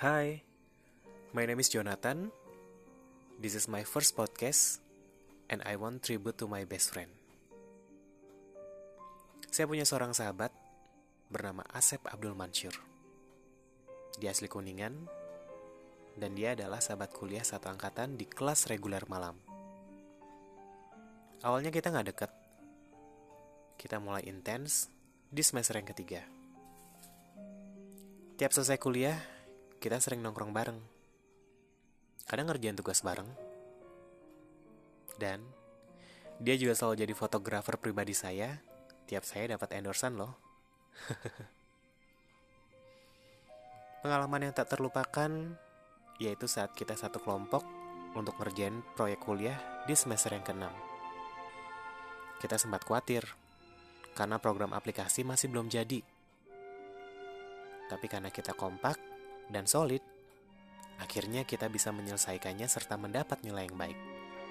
Hi, my name is Jonathan. This is my first podcast, and I want tribute to my best friend. Saya punya seorang sahabat bernama Asep Abdul Mansyur. Dia asli Kuningan, dan dia adalah sahabat kuliah satu angkatan di kelas reguler malam. Awalnya kita gak deket. Kita mulai intens di semester yang ketiga. Tiap selesai kuliah, kita sering nongkrong bareng. Kadang ngerjain tugas bareng. Dan dia juga selalu jadi fotografer pribadi saya tiap saya dapat endorsan loh. Pengalaman yang tak terlupakan yaitu saat kita satu kelompok untuk ngerjain proyek kuliah di semester yang ke-6. Kita sempat khawatir karena program aplikasi masih belum jadi. Tapi karena kita kompak dan solid, akhirnya kita bisa menyelesaikannya serta mendapat nilai yang baik.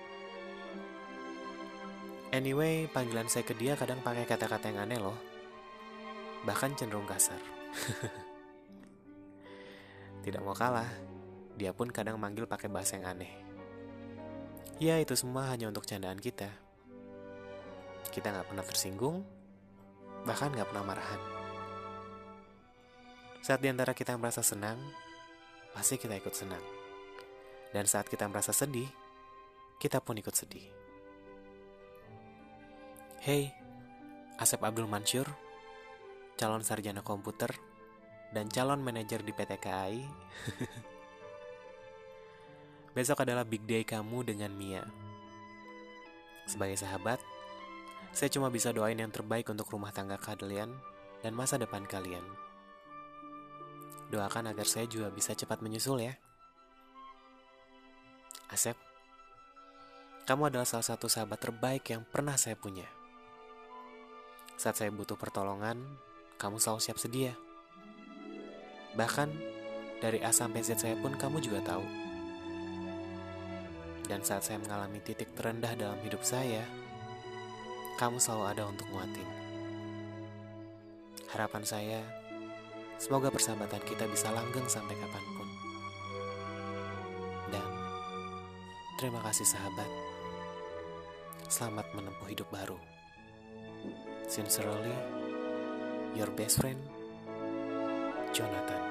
Anyway, panggilan saya ke dia kadang pakai kata-kata yang aneh loh. Bahkan cenderung kasar. Tidak mau kalah, dia pun kadang manggil pakai bahasa yang aneh. Ya, itu semua hanya untuk candaan kita. Kita gak pernah tersinggung, bahkan gak pernah marahan. Saat diantara kita merasa senang, pasti kita ikut senang. Dan saat kita merasa sedih, kita pun ikut sedih. Hey, Asep Abdul Mansyur, calon sarjana komputer dan calon manajer di PT KAI. Besok adalah big day kamu dengan Mia. Sebagai sahabat, saya cuma bisa doain yang terbaik untuk rumah tangga kalian dan masa depan kalian. Doakan agar saya juga bisa cepat menyusul ya. Asep, kamu adalah salah satu sahabat terbaik yang pernah saya punya. Saat saya butuh pertolongan, kamu selalu siap sedia. Bahkan, dari A sampai Z saya pun kamu juga tahu. Dan saat saya mengalami titik terendah dalam hidup saya, kamu selalu ada untuk nguatin. Harapan saya, semoga persahabatan kita bisa langgeng sampai kapanpun. Dan terima kasih sahabat. Selamat menempuh hidup baru. Sincerely, your best friend, Jonathan.